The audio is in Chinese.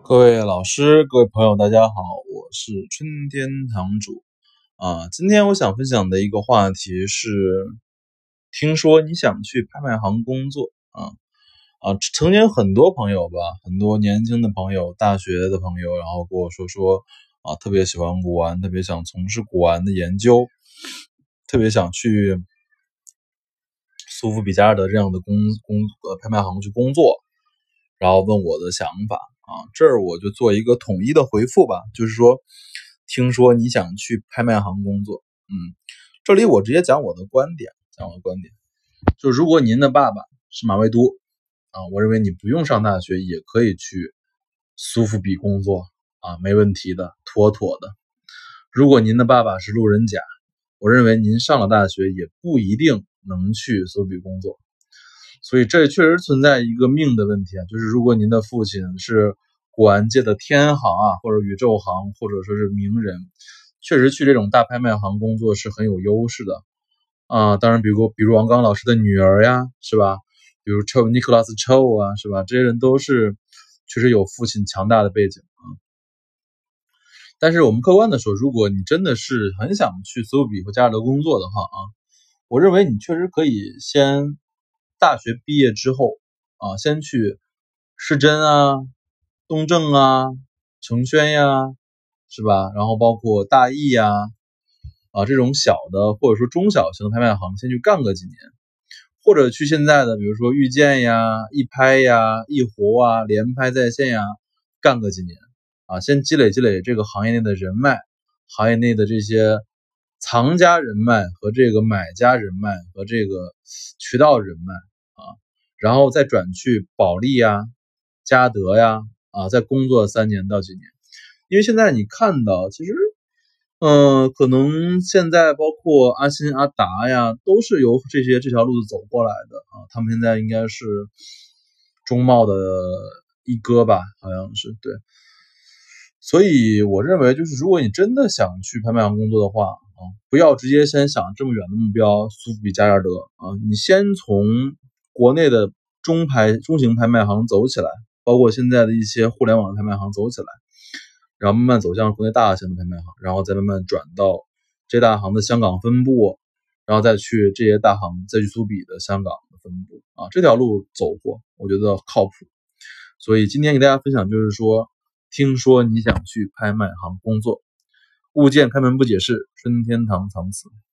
各位老师，各位朋友，大家好，我是春天堂主今天我想分享的一个话题是，听说你想去拍卖行工作曾经很多朋友吧，很多年轻的朋友，大学的朋友，然后跟我说特别喜欢古玩，特别想从事古玩的研究，特别想去苏富比加尔德这样的拍卖行去工作，然后问我的想法。这儿我就做一个统一的回复吧，就是说，听说你想去拍卖行工作，这里我直接讲我的观点，就如果您的爸爸是马未都我认为你不用上大学也可以去苏富比工作没问题的，妥妥的。如果您的爸爸是路人甲，我认为您上了大学也不一定能去苏富比工作。所以这确实存在一个命的问题就是如果您的父亲是古玩界的天行或者宇宙行，或者说是名人，确实去这种大拍卖行工作是很有优势的当然比如王刚老师的女儿呀，是吧？比如尼克拉斯·寇是吧？这些人都是确实有父亲强大的背景但是我们客观的说，如果你真的是很想去苏富比和加尔德工作的话我认为你确实可以先大学毕业之后先去市真东正诚轩是吧？然后包括大益这种小的或者说中小型的拍卖行先去干个几年，或者去现在的比如说遇见一拍一活联拍在线干个几年先积累这个行业内的人脉，行业内的这些藏家人脉和这个买家人脉和这个渠道人脉然后再转去保利嘉德再工作3年到几年。因为现在你看到其实可能现在包括阿欣阿达都是由这条路子走过来的他们现在应该是中贸的一哥吧，好像是对。所以我认为就是如果你真的想去拍卖行工作的话不要直接先想这么远的目标苏富比加尔德你先从国内的中型拍卖行走起来，包括现在的一些互联网拍卖行走起来，然后慢慢走向国内大型的拍卖行，然后再慢慢转到这大行的香港分部，然后再去这些大行再去苏比的香港的分部这条路走过我觉得靠谱。所以今天给大家分享就是说，听说你想去拍卖行工作，物件开门不解释，春天堂藏词。